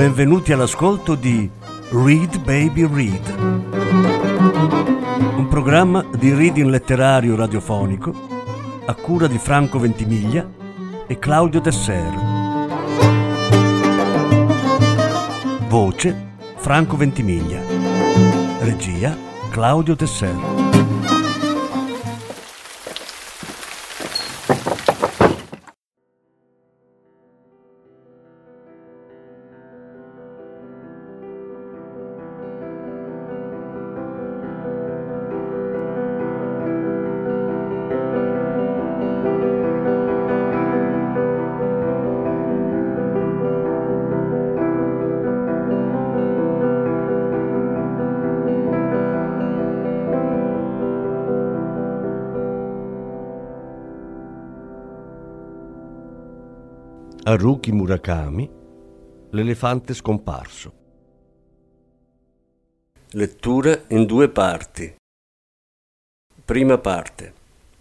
Benvenuti all'ascolto di Read Baby Read, un programma di reading letterario radiofonico a cura di Franco Ventimiglia e Claudio Tesser. Voce Franco Ventimiglia. Regia Claudio Tesser. Haruki Murakami, L'elefante scomparso. Lettura in due parti. Prima parte.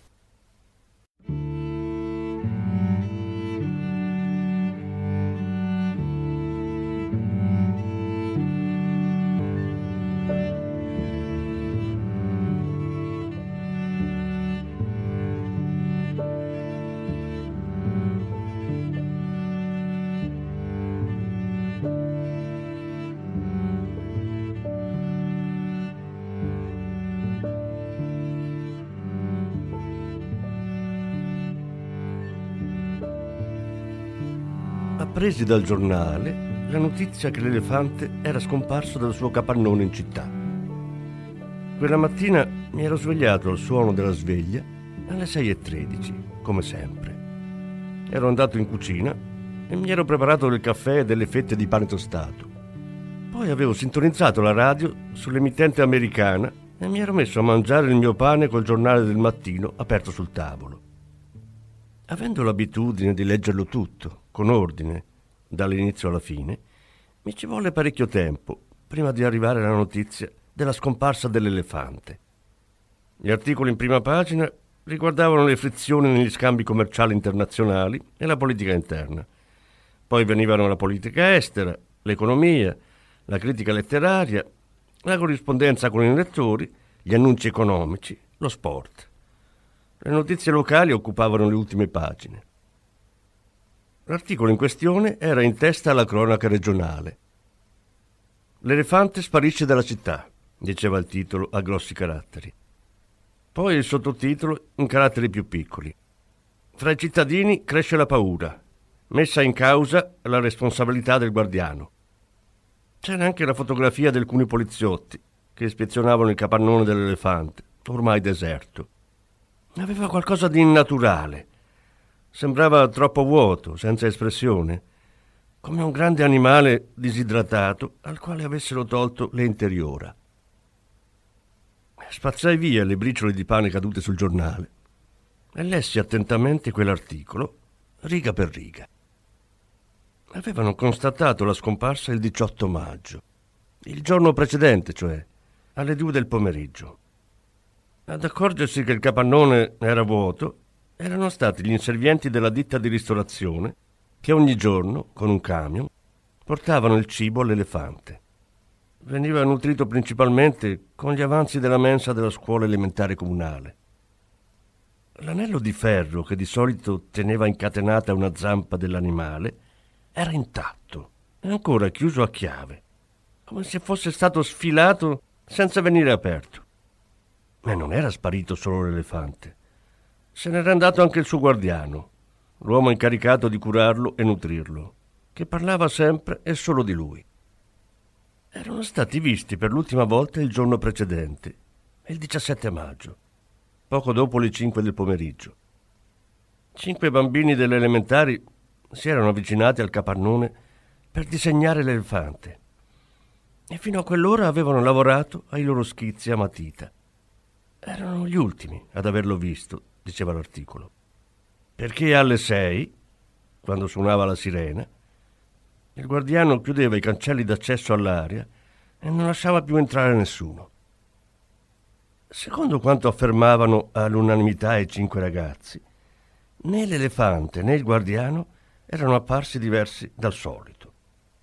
Appresi dal giornale la notizia che l'elefante era scomparso dal suo capannone in città. Quella mattina mi ero svegliato al suono della sveglia alle 6:13, come sempre. Ero andato in cucina e mi ero preparato del caffè e delle fette di pane tostato. Poi avevo sintonizzato la radio sull'emittente americana e mi ero messo a mangiare il mio pane col giornale del mattino aperto sul tavolo. Avendo l'abitudine di leggerlo tutto, con ordine, dall'inizio alla fine, mi ci volle parecchio tempo prima di arrivare alla notizia della scomparsa dell'elefante. Gli articoli in prima pagina riguardavano le frizioni negli scambi commerciali internazionali e la politica interna. Poi venivano la politica estera, l'economia, la critica letteraria, la corrispondenza con i lettori, gli annunci economici, lo sport. Le notizie locali occupavano le ultime pagine. L'articolo in questione era in testa alla cronaca regionale. L'elefante sparisce dalla città, diceva il titolo a grossi caratteri. Poi il sottotitolo in caratteri più piccoli. Fra i cittadini cresce la paura, messa in causa la responsabilità del guardiano. C'era anche la fotografia di alcuni poliziotti che ispezionavano il capannone dell'elefante, ormai deserto. Aveva qualcosa di innaturale. Sembrava troppo vuoto, senza espressione, come un grande animale disidratato al quale avessero tolto le interiora. Spazzai via le briciole di pane cadute sul giornale e lessi attentamente quell'articolo, riga per riga. Avevano constatato la scomparsa il 18 maggio, il giorno precedente, cioè, alle 2 del pomeriggio. Ad accorgersi che il capannone era vuoto erano stati gli inservienti della ditta di ristorazione che ogni giorno, con un camion, portavano il cibo all'elefante. Veniva nutrito principalmente con gli avanzi della mensa della scuola elementare comunale. L'anello di ferro che di solito teneva incatenata una zampa dell'animale era intatto e ancora chiuso a chiave, come se fosse stato sfilato senza venire aperto. Ma non era sparito solo l'elefante. Se n'era andato anche il suo guardiano, l'uomo incaricato di curarlo e nutrirlo, che parlava sempre e solo di lui. Erano stati visti per l'ultima volta il giorno precedente, il 17 maggio, poco dopo le 5 del pomeriggio. 5 bambini delle elementari si erano avvicinati al capannone per disegnare l'elefante e fino a quell'ora avevano lavorato ai loro schizzi a matita. Erano gli ultimi ad averlo visto, diceva l'articolo, perché alle 6, quando suonava la sirena, il guardiano chiudeva i cancelli d'accesso all'area e non lasciava più entrare nessuno. Secondo quanto affermavano all'unanimità i 5 ragazzi, né l'elefante né il guardiano erano apparsi diversi dal solito.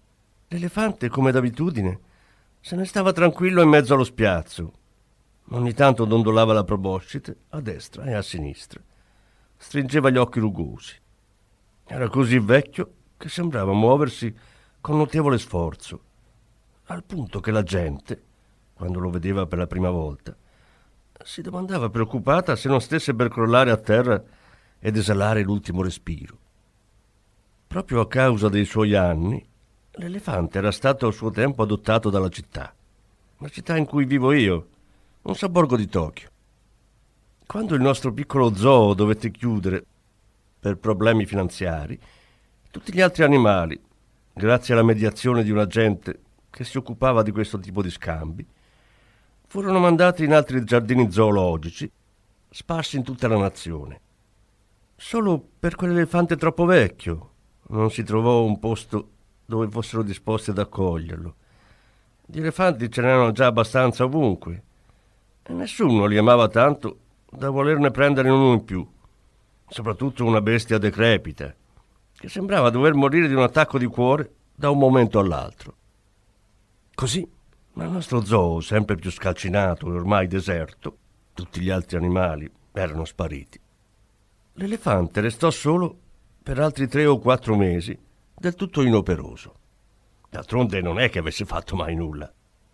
L'elefante, come d'abitudine, se ne stava tranquillo in mezzo allo spiazzo. Ogni tanto dondolava la proboscite a destra e a sinistra. Stringeva gli occhi rugosi. Era così vecchio che sembrava muoversi con notevole sforzo, al punto che la gente, quando lo vedeva per la prima volta, si domandava preoccupata se non stesse per crollare a terra ed esalare l'ultimo respiro. Proprio a causa dei suoi anni, l'elefante era stato a suo tempo adottato dalla città, la città in cui vivo io, un sobborgo di Tokyo. Quando il nostro piccolo zoo dovette chiudere per problemi finanziari, tutti gli altri animali, grazie alla mediazione di un agente che si occupava di questo tipo di scambi, furono mandati in altri giardini zoologici sparsi in tutta la nazione. Solo per quell'elefante troppo vecchio non si trovò un posto dove fossero disposti ad accoglierlo. Gli elefanti ce n'erano già abbastanza ovunque e nessuno li amava tanto da volerne prendere uno in più, soprattutto una bestia decrepita che sembrava dover morire di un attacco di cuore da un momento all'altro. Così, nel nostro zoo, sempre più scalcinato e ormai deserto, tutti gli altri animali erano spariti. L'elefante restò solo per altri 3 o 4 mesi, del tutto inoperoso. D'altronde non è che avesse fatto mai nulla.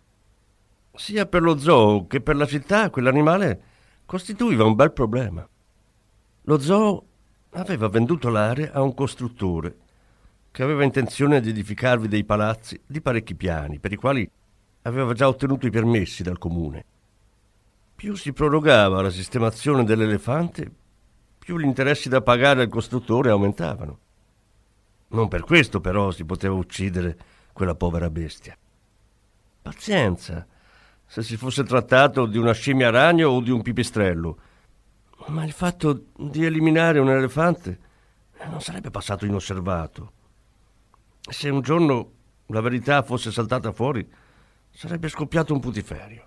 Sia per lo zoo che per la città quell'animale costituiva un bel problema. Lo zoo aveva venduto l'area a un costruttore che aveva intenzione di edificarvi dei palazzi di parecchi piani, per i quali aveva già ottenuto i permessi dal comune. Più si prorogava la sistemazione dell'elefante, più gli interessi da pagare al costruttore aumentavano. Non per questo, però, si poteva uccidere quella povera bestia. Pazienza, se si fosse trattato di una scimmia ragno o di un pipistrello, ma il fatto di eliminare un elefante non sarebbe passato inosservato. Se un giorno la verità fosse saltata fuori, sarebbe scoppiato un putiferio.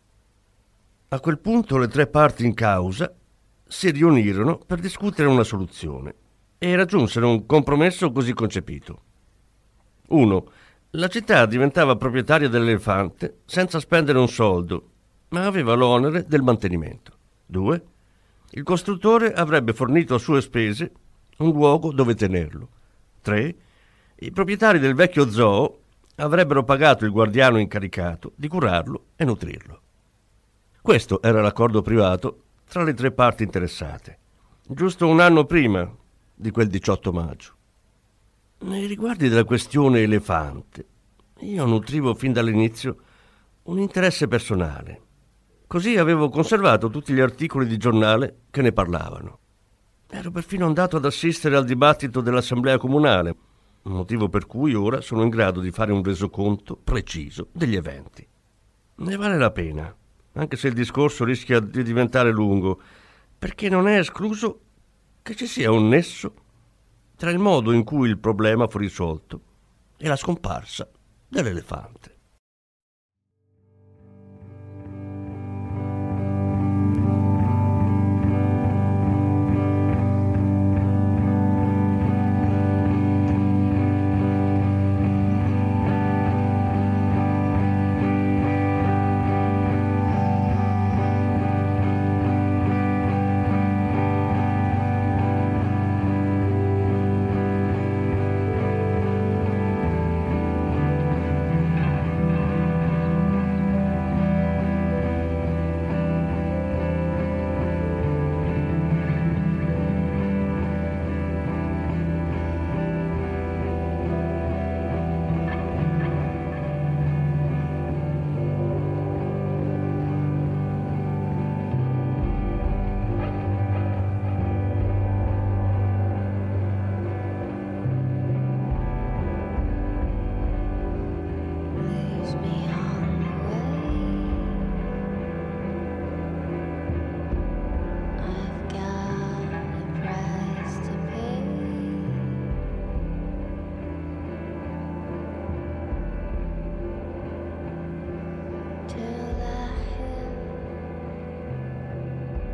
A quel punto le 3 parti in causa si riunirono per discutere una soluzione e raggiunsero un compromesso così concepito. 1. La città diventava proprietaria dell'elefante senza spendere un soldo, ma aveva l'onere del mantenimento. 2. Il costruttore avrebbe fornito a sue spese un luogo dove tenerlo. 3. I proprietari del vecchio zoo avrebbero pagato il guardiano incaricato di curarlo e nutrirlo. Questo era l'accordo privato tra le 3 parti interessate, giusto un anno prima di quel 18 maggio. Nei riguardi della questione elefante, io nutrivo fin dall'inizio un interesse personale. Così avevo conservato tutti gli articoli di giornale che ne parlavano. Ero perfino andato ad assistere al dibattito dell'assemblea comunale, motivo per cui ora sono in grado di fare un resoconto preciso degli eventi. Ne vale la pena, anche se il discorso rischia di diventare lungo, perché non è escluso che ci sia un nesso tra il modo in cui il problema fu risolto e la scomparsa dell'elefante.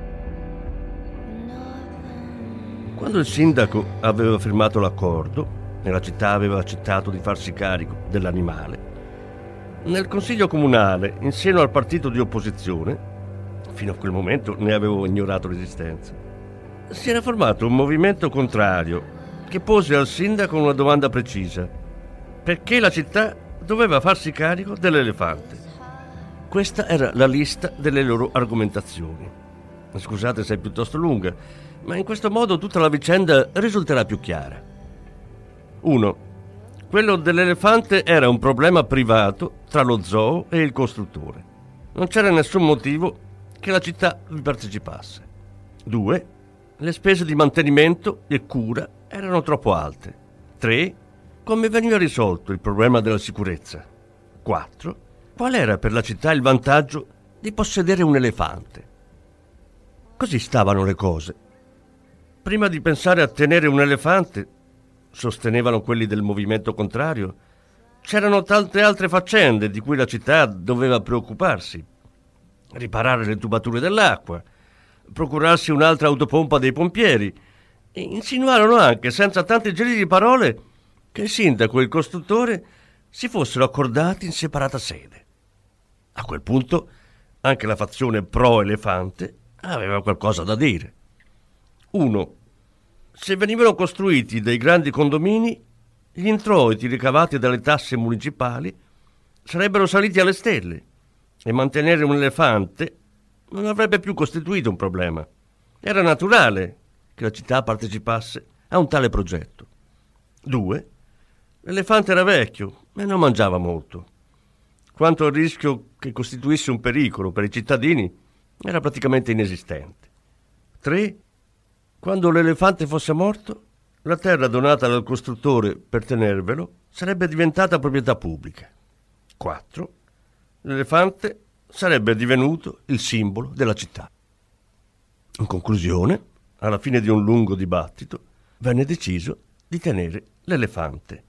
Quando il sindaco aveva firmato l'accordo, e la città aveva accettato di farsi carico dell'animale. Nel consiglio comunale, in seno al partito di opposizione, fino a quel momento ne avevo ignorato l'esistenza, si era formato un movimento contrario che pose al sindaco una domanda precisa: perché la città doveva farsi carico dell'elefante? Questa era la lista delle loro argomentazioni. Scusate se è piuttosto lunga, ma in questo modo tutta la vicenda risulterà più chiara. 1. Quello dell'elefante era un problema privato tra lo zoo e il costruttore. Non c'era nessun motivo che la città vi partecipasse. 2. Le spese di mantenimento e cura erano troppo alte. 3. Come veniva risolto il problema della sicurezza? 4. Qual era per la città il vantaggio di possedere un elefante? Così stavano le cose. Prima di pensare a tenere un elefante, sostenevano quelli del movimento contrario, c'erano tante altre faccende di cui la città doveva preoccuparsi: riparare le tubature dell'acqua, procurarsi un'altra autopompa dei pompieri, e insinuarono anche, senza tanti giri di parole, che il sindaco e il costruttore si fossero accordati in separata sede. A quel punto anche la fazione pro elefante aveva qualcosa da dire. 1. Se venivano costruiti dei grandi condomini, gli introiti ricavati dalle tasse municipali sarebbero saliti alle stelle e mantenere un elefante non avrebbe più costituito un problema. Era naturale che la città partecipasse a un tale progetto. 2. L'elefante era vecchio e non mangiava molto. Quanto al rischio che costituisse un pericolo per i cittadini, era praticamente inesistente. 3. Quando l'elefante fosse morto, la terra donata dal costruttore per tenervelo sarebbe diventata proprietà pubblica. 4. L'elefante sarebbe divenuto il simbolo della città. In conclusione, alla fine di un lungo dibattito, venne deciso di tenere l'elefante.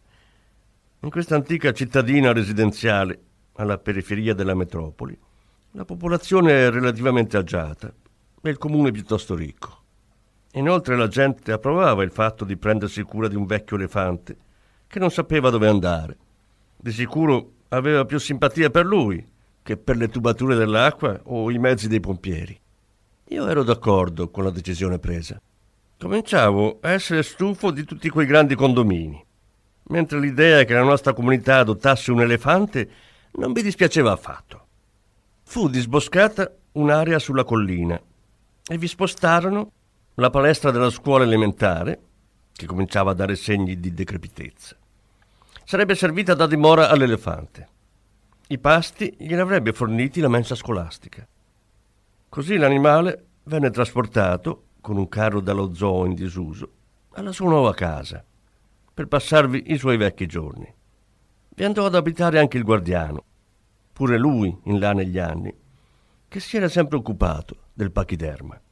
In questa antica cittadina residenziale, alla periferia della metropoli, la popolazione è relativamente agiata e il comune piuttosto ricco. Inoltre la gente approvava il fatto di prendersi cura di un vecchio elefante che non sapeva dove andare. Di sicuro aveva più simpatia per lui che per le tubature dell'acqua o i mezzi dei pompieri. Io ero d'accordo con la decisione presa. Cominciavo a essere stufo di tutti quei grandi condomini, mentre l'idea che la nostra comunità adottasse un elefante non mi dispiaceva affatto. Fu disboscata un'area sulla collina e vi spostarono la palestra della scuola elementare, che cominciava a dare segni di decrepitezza. Sarebbe servita da dimora all'elefante. I pasti gliene avrebbe forniti la mensa scolastica. Così l'animale venne trasportato, con un carro dallo zoo in disuso, alla sua nuova casa, per passarvi i suoi vecchi giorni. Vi andò ad abitare anche il guardiano, pure lui in là negli anni, che si era sempre occupato del pachiderma.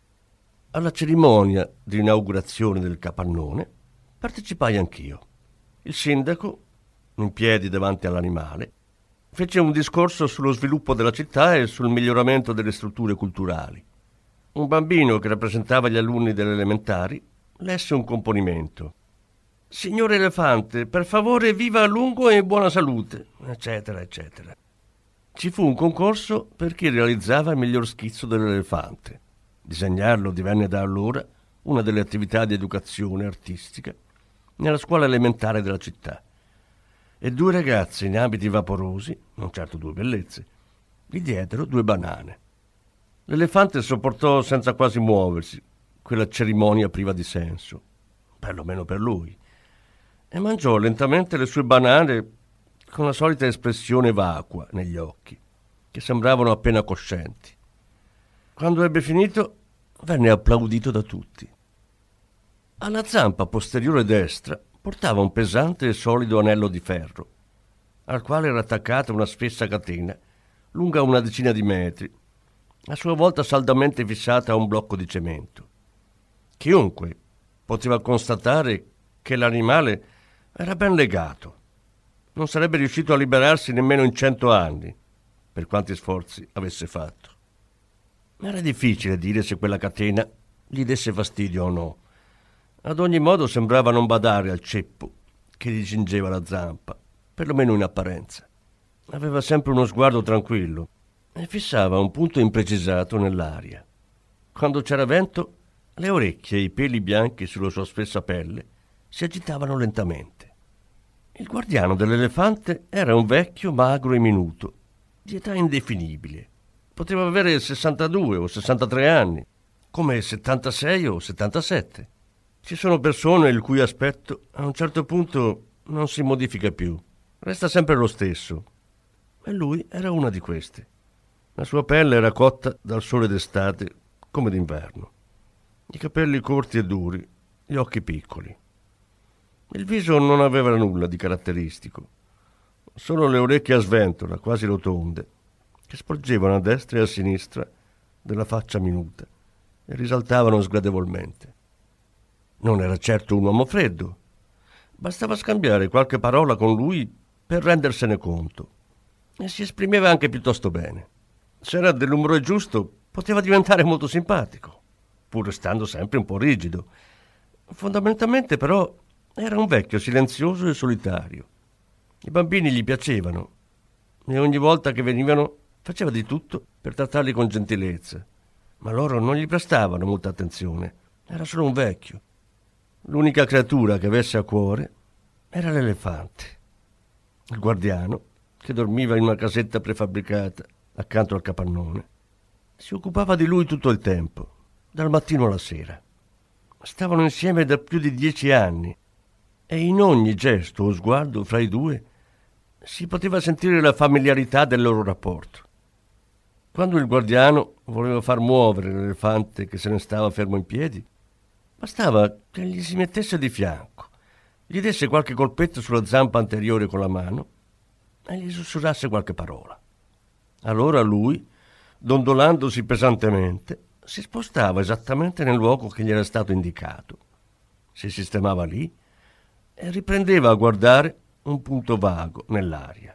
Alla cerimonia di inaugurazione del capannone partecipai anch'io. Il sindaco, in piedi davanti all'animale, fece un discorso sullo sviluppo della città e sul miglioramento delle strutture culturali. Un bambino che rappresentava gli alunni delle elementari lesse un componimento: «Signore Elefante, per favore viva a lungo e in buona salute», eccetera, eccetera. Ci fu un concorso per chi realizzava il miglior schizzo dell'elefante. Disegnarlo divenne da allora una delle attività di educazione artistica nella scuola elementare della città. E 2 ragazze in abiti vaporosi, non certo 2 bellezze, gli diedero 2 banane. L'elefante sopportò senza quasi muoversi quella cerimonia priva di senso, perlomeno per lui, e mangiò lentamente le sue banane con la solita espressione vacua negli occhi, che sembravano appena coscienti. Quando ebbe finito, venne applaudito da tutti. Alla zampa posteriore destra portava un pesante e solido anello di ferro, al quale era attaccata una spessa catena lunga una decina di metri, a sua volta saldamente fissata a un blocco di cemento. Chiunque poteva constatare che l'animale era ben legato. Non sarebbe riuscito a liberarsi nemmeno in 100 anni, per quanti sforzi avesse fatto. Era difficile dire se quella catena gli desse fastidio o no. Ad ogni modo sembrava non badare al ceppo che gli cingeva la zampa, perlomeno in apparenza. Aveva sempre uno sguardo tranquillo e fissava un punto imprecisato nell'aria. Quando c'era vento, le orecchie e i peli bianchi sulla sua spessa pelle si agitavano lentamente. Il guardiano dell'elefante era un vecchio magro e minuto, di età indefinibile. Poteva avere 62 o 63 anni, come 76 o 77. Ci sono persone il cui aspetto a un certo punto non si modifica più, resta sempre lo stesso. E lui era una di queste. La sua pelle era cotta dal sole d'estate come d'inverno. I capelli corti e duri, gli occhi piccoli. Il viso non aveva nulla di caratteristico, solo le orecchie a sventola, quasi rotonde, che sporgevano a destra e a sinistra della faccia minuta e risaltavano sgradevolmente. Non era certo un uomo freddo. Bastava scambiare qualche parola con lui per rendersene conto. E si esprimeva anche piuttosto bene. Se era dell'umore giusto, poteva diventare molto simpatico, pur restando sempre un po' rigido. Fondamentalmente, però, era un vecchio silenzioso e solitario. I bambini gli piacevano e ogni volta che venivano faceva di tutto per trattarli con gentilezza, ma loro non gli prestavano molta attenzione. Era solo un vecchio. L'unica creatura che avesse a cuore era l'elefante. Il guardiano, che dormiva in una casetta prefabbricata accanto al capannone, si occupava di lui tutto il tempo, dal mattino alla sera. Stavano insieme da più di 10 anni e in ogni gesto o sguardo fra i due si poteva sentire la familiarità del loro rapporto. Quando il guardiano voleva far muovere l'elefante che se ne stava fermo in piedi, bastava che gli si mettesse di fianco, gli desse qualche colpetto sulla zampa anteriore con la mano e gli sussurrasse qualche parola. Allora lui, dondolandosi pesantemente, si spostava esattamente nel luogo che gli era stato indicato, si sistemava lì e riprendeva a guardare un punto vago nell'aria.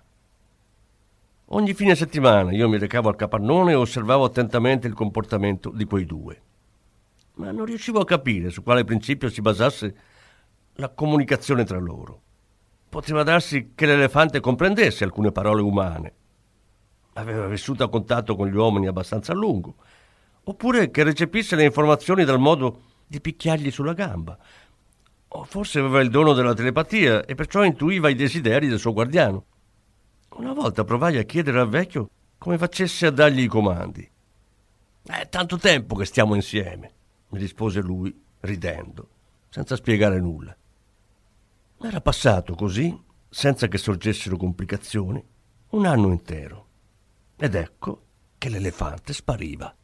Ogni fine settimana io mi recavo al capannone e osservavo attentamente il comportamento di quei due, ma non riuscivo a capire su quale principio si basasse la comunicazione tra loro. Poteva darsi che l'elefante comprendesse alcune parole umane, aveva vissuto a contatto con gli uomini abbastanza a lungo, oppure che recepisse le informazioni dal modo di picchiargli sulla gamba, o forse aveva il dono della telepatia e perciò intuiva i desideri del suo guardiano. Una volta provai a chiedere al vecchio come facesse a dargli i comandi. «È tanto tempo che stiamo insieme», mi rispose lui, ridendo, senza spiegare nulla. Era passato così, senza che sorgessero complicazioni, un anno intero. Ed ecco che l'elefante spariva.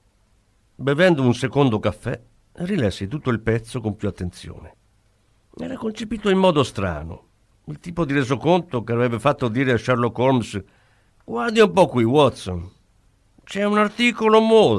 Bevendo un secondo caffè, rilessi tutto il pezzo con più attenzione. Era concepito in modo strano, il tipo di resoconto che avrebbe fatto dire a Sherlock Holmes: «Guardi un po' qui, Watson, c'è un articolo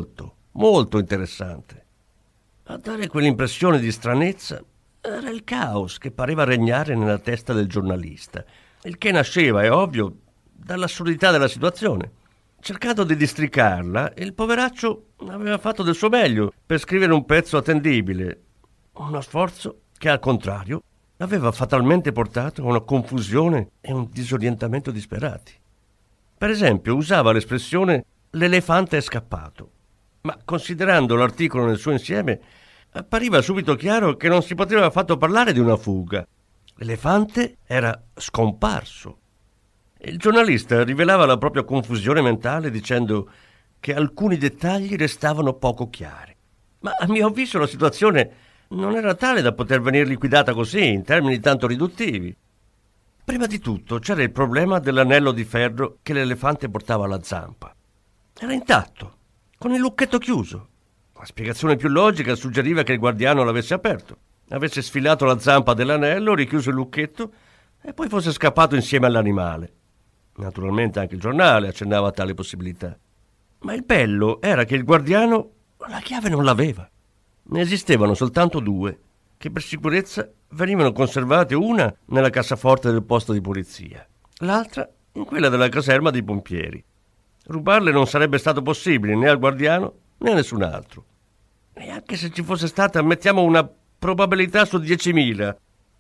molto interessante». A dare quell'impressione di stranezza era il caos che pareva regnare nella testa del giornalista, il che nasceva, è ovvio, dall'assurdità della situazione. Cercando di districarla, il poveraccio aveva fatto del suo meglio per scrivere un pezzo attendibile, uno sforzo che, al contrario, aveva fatalmente portato a una confusione e un disorientamento disperati. Per esempio, usava l'espressione «l'elefante è scappato», ma considerando l'articolo nel suo insieme, appariva subito chiaro che non si poteva affatto parlare di una fuga. L'elefante era scomparso. Il giornalista rivelava la propria confusione mentale dicendo che alcuni dettagli restavano poco chiari. Ma a mio avviso la situazione non era tale da poter venire liquidata così, in termini tanto riduttivi. Prima di tutto c'era il problema dell'anello di ferro che l'elefante portava alla zampa. Era intatto, con il lucchetto chiuso. La spiegazione più logica suggeriva che il guardiano l'avesse aperto, avesse sfilato la zampa dell'anello, richiuso il lucchetto e poi fosse scappato insieme all'animale. Naturalmente anche il giornale accennava a tale possibilità. Ma il bello era che il guardiano la chiave non l'aveva. Ne esistevano soltanto due, che per sicurezza venivano conservate, una nella cassaforte del posto di polizia, l'altra in quella della caserma dei pompieri. Rubarle non sarebbe stato possibile né al guardiano né a nessun altro. E anche se ci fosse stata, mettiamo, una probabilità su 10.000,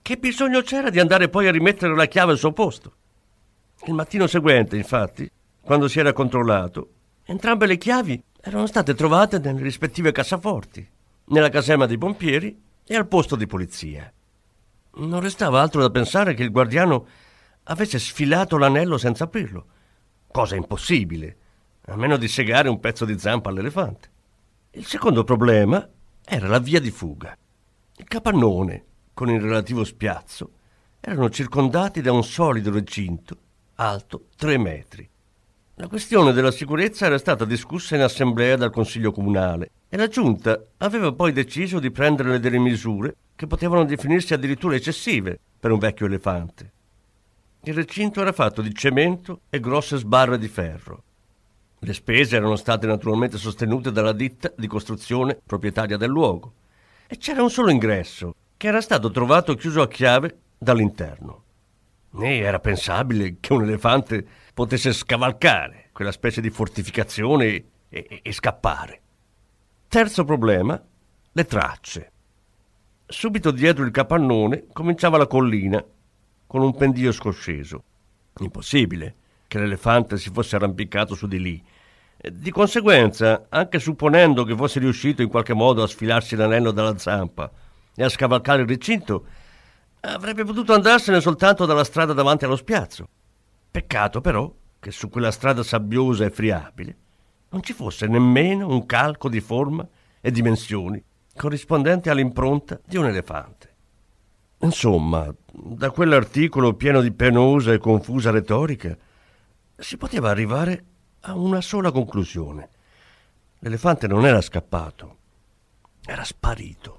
che bisogno c'era di andare poi a rimettere la chiave al suo posto? Il mattino seguente, infatti, quando si era controllato, entrambe le chiavi erano state trovate nelle rispettive cassaforti, nella caserma dei pompieri e al posto di polizia. Non restava altro da pensare che il guardiano avesse sfilato l'anello senza aprirlo, cosa impossibile, a meno di segare un pezzo di zampa all'elefante. Il secondo problema era la via di fuga. Il capannone, con il relativo spiazzo, erano circondati da un solido recinto alto 3 metri. La questione della sicurezza era stata discussa in assemblea dal Consiglio Comunale e la Giunta aveva poi deciso di prendere delle misure che potevano definirsi addirittura eccessive per un vecchio elefante. Il recinto era fatto di cemento e grosse sbarre di ferro. Le spese erano state naturalmente sostenute dalla ditta di costruzione proprietaria del luogo e c'era un solo ingresso che era stato trovato chiuso a chiave dall'interno. Né era pensabile che un elefante potesse scavalcare quella specie di fortificazione e scappare. Terzo problema, le tracce. Subito dietro il capannone cominciava la collina, con un pendio scosceso. Impossibile che l'elefante si fosse arrampicato su di lì. Di conseguenza, anche supponendo che fosse riuscito in qualche modo a sfilarsi l'anello dalla zampa e a scavalcare il recinto, avrebbe potuto andarsene soltanto dalla strada davanti allo spiazzo. Peccato però che su quella strada sabbiosa e friabile non ci fosse nemmeno un calco di forma e dimensioni corrispondente all'impronta di un elefante. Insomma, da quell'articolo pieno di penosa e confusa retorica si poteva arrivare a una sola conclusione. L'elefante non era scappato, era sparito.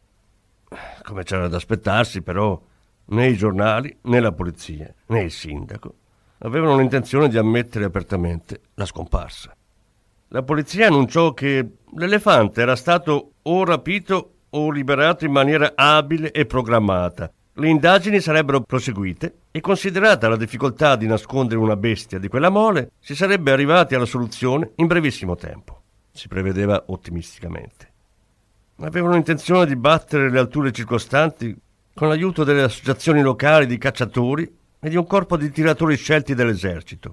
Come c'era da aspettarsi, però, né i giornali, né la polizia, né il sindaco avevano l'intenzione di ammettere apertamente la scomparsa. La polizia annunciò che l'elefante era stato o rapito o liberato in maniera abile e programmata. Le indagini sarebbero proseguite e, considerata la difficoltà di nascondere una bestia di quella mole, si sarebbe arrivati alla soluzione in brevissimo tempo. Si prevedeva ottimisticamente. Avevano intenzione di battere le alture circostanti con l'aiuto delle associazioni locali di cacciatori e di un corpo di tiratori scelti dell'esercito.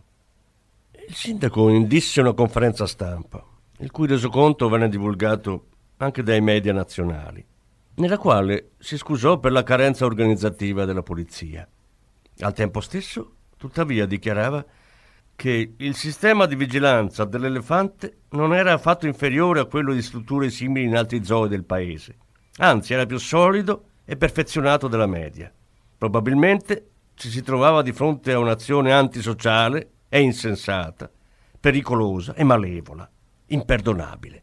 Il sindaco indisse una conferenza stampa, il cui resoconto venne divulgato anche dai media nazionali, nella quale si scusò per la carenza organizzativa della polizia. Al tempo stesso, tuttavia, dichiarava che il sistema di vigilanza dell'elefante non era affatto inferiore a quello di strutture simili in altri zoo del paese. Anzi, era più solido e perfezionato della media. Probabilmente ci si trovava di fronte a un'azione antisociale e insensata, pericolosa e malevola, imperdonabile.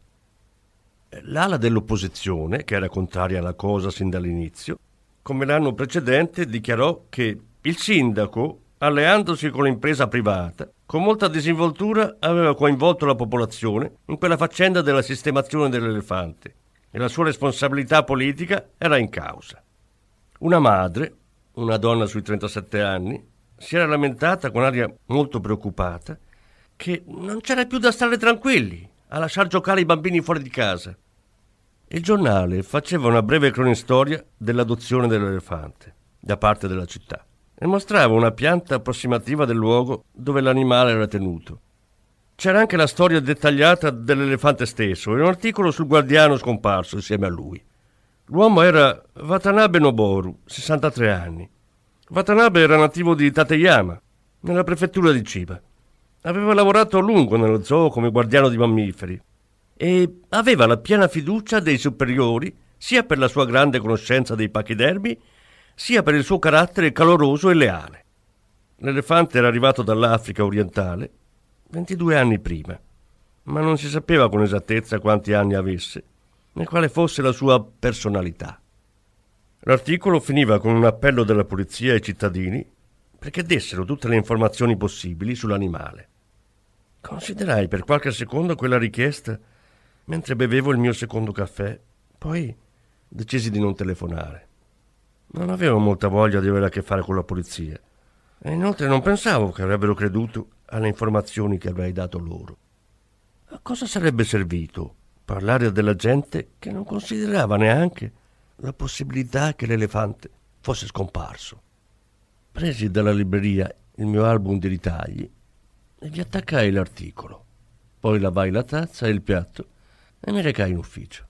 L'ala dell'opposizione, che era contraria alla cosa sin dall'inizio, come l'anno precedente dichiarò che il sindaco, alleandosi con l'impresa privata, con molta disinvoltura aveva coinvolto la popolazione in quella faccenda della sistemazione dell'elefante e la sua responsabilità politica era in causa. Una madre, una donna sui 37 anni, si era lamentata con aria molto preoccupata che non c'era più da stare tranquilli a lasciar giocare i bambini fuori di casa. Il giornale faceva una breve cronistoria dell'adozione dell'elefante da parte della città e mostrava una pianta approssimativa del luogo dove l'animale era tenuto. C'era anche la storia dettagliata dell'elefante stesso e un articolo sul guardiano scomparso insieme a lui. L'uomo era Watanabe Noboru, 63 anni. Watanabe era nativo di Tateyama, nella prefettura di Chiba. Aveva lavorato a lungo nello zoo come guardiano di mammiferi e aveva la piena fiducia dei superiori sia per la sua grande conoscenza dei pachidermi sia per il suo carattere caloroso e leale. L'elefante era arrivato dall'Africa orientale 22 anni prima, ma non si sapeva con esattezza quanti anni avesse né quale fosse la sua personalità. L'articolo finiva con un appello della polizia ai cittadini perché dessero tutte le informazioni possibili sull'animale. Considerai per qualche secondo quella richiesta mentre bevevo il mio secondo caffè, poi decisi di non telefonare. Non avevo molta voglia di avere a che fare con la polizia e inoltre non pensavo che avrebbero creduto alle informazioni che avrei dato loro. A cosa sarebbe servito parlare della gente che non considerava neanche la possibilità che l'elefante fosse scomparso. Presi dalla libreria il mio album di ritagli e vi attaccai l'articolo. Poi lavai la tazza e il piatto e mi recai in ufficio.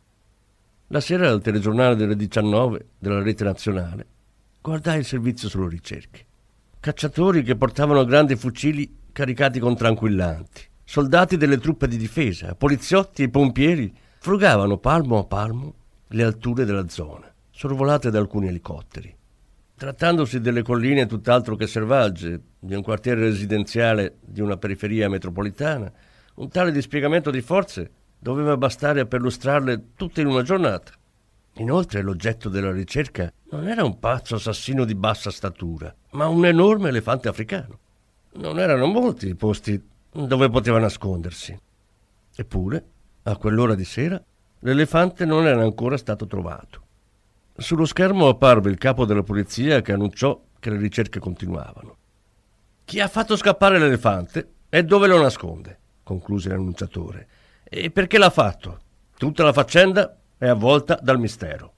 La sera al telegiornale delle 19 della rete nazionale guardai il servizio sulle ricerche. Cacciatori che portavano grandi fucili caricati con tranquillanti, soldati delle truppe di difesa, poliziotti e pompieri frugavano palmo a palmo le alture della zona, sorvolate da alcuni elicotteri. Trattandosi delle colline tutt'altro che selvagge, di un quartiere residenziale di una periferia metropolitana, un tale dispiegamento di forze doveva bastare a perlustrarle tutte in una giornata. Inoltre l'oggetto della ricerca non era un pazzo assassino di bassa statura, ma un enorme elefante africano. Non erano molti i posti dove poteva nascondersi. Eppure, a quell'ora di sera, l'elefante non era ancora stato trovato. Sullo schermo apparve il capo della polizia che annunciò che le ricerche continuavano. «Chi ha fatto scappare l'elefante e dove lo nasconde?» concluse l'annunciatore. «E perché l'ha fatto? Tutta la faccenda è avvolta dal mistero».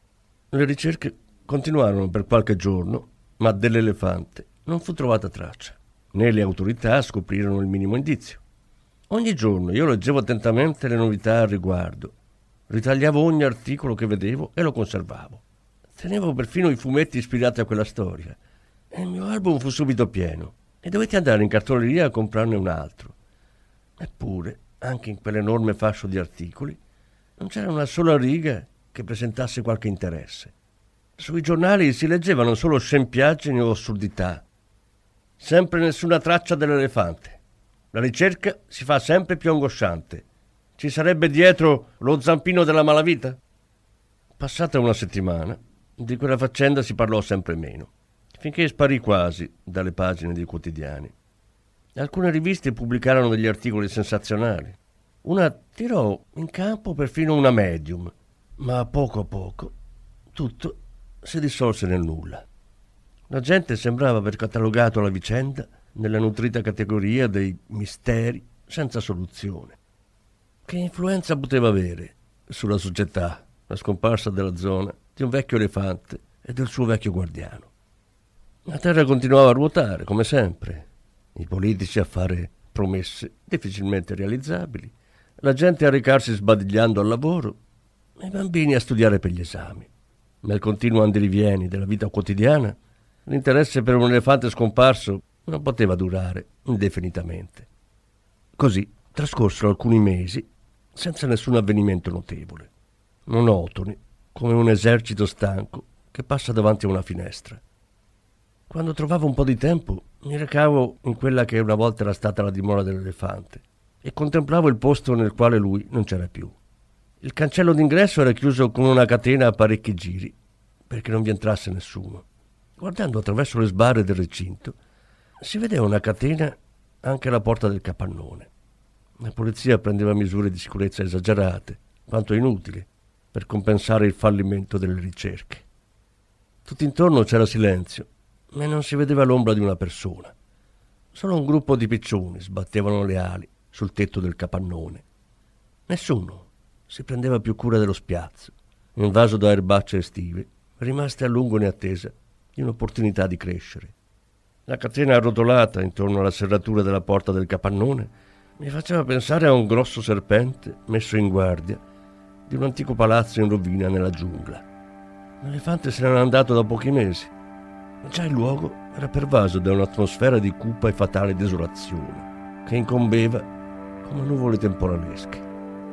Le ricerche continuarono per qualche giorno, ma dell'elefante non fu trovata traccia, né le autorità scoprirono il minimo indizio. Ogni giorno io leggevo attentamente le novità al riguardo, ritagliavo ogni articolo che vedevo e lo conservavo. Tenevo perfino i fumetti ispirati a quella storia e il mio album fu subito pieno e dovetti andare in cartoleria a comprarne un altro. Eppure, anche in quell'enorme fascio di articoli, non c'era una sola riga che presentasse qualche interesse. Sui giornali si leggevano solo scempiaggini o assurdità. Sempre nessuna traccia dell'elefante. La ricerca si fa sempre più angosciante. Ci sarebbe dietro lo zampino della malavita? Passata una settimana, di quella faccenda si parlò sempre meno, finché sparì quasi dalle pagine dei quotidiani. Alcune riviste pubblicarono degli articoli sensazionali. Una tirò in campo perfino una medium, ma a poco tutto si dissolse nel nulla. La gente sembrava aver catalogato la vicenda nella nutrita categoria dei misteri senza soluzione. Che influenza poteva avere sulla società la scomparsa della zona di un vecchio elefante e del suo vecchio guardiano? La terra continuava a ruotare, come sempre, i politici a fare promesse difficilmente realizzabili, la gente a recarsi sbadigliando al lavoro e i bambini a studiare per gli esami. Nel continuo andirivieni della vita quotidiana, l'interesse per un elefante scomparso non poteva durare indefinitamente. Così trascorsero alcuni mesi senza nessun avvenimento notevole, monotoni come un esercito stanco che passa davanti a una finestra. Quando trovavo un po' di tempo mi recavo in quella che una volta era stata la dimora dell'elefante e contemplavo il posto nel quale lui non c'era più. Il cancello d'ingresso era chiuso con una catena a parecchi giri perché non vi entrasse nessuno. Guardando attraverso le sbarre del recinto si vedeva una catena anche alla porta del capannone. La polizia prendeva misure di sicurezza esagerate, quanto inutili, per compensare il fallimento delle ricerche. Tutto intorno c'era silenzio, ma non si vedeva l'ombra di una persona. Solo un gruppo di piccioni sbattevano le ali sul tetto del capannone. Nessuno si prendeva più cura dello spiazzo, invaso da erbacce estive, rimaste a lungo in attesa di un'opportunità di crescere. La catena arrotolata intorno alla serratura della porta del capannone mi faceva pensare a un grosso serpente messo in guardia di un antico palazzo in rovina nella giungla. L'elefante se n'era andato da pochi mesi, ma già il luogo era pervaso da un'atmosfera di cupa e fatale desolazione che incombeva come nuvole temporalesche.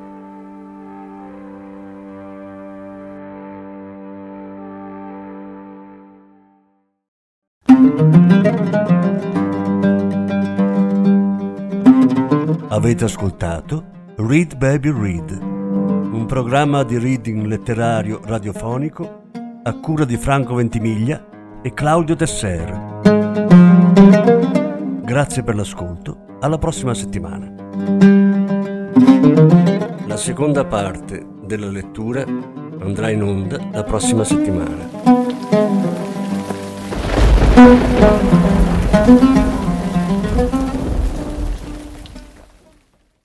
Avete ascoltato Read Baby Read, un programma di reading letterario radiofonico a cura di Franco Ventimiglia e Claudio Tesser. Grazie per l'ascolto, alla prossima settimana. La seconda parte della lettura andrà in onda la prossima settimana.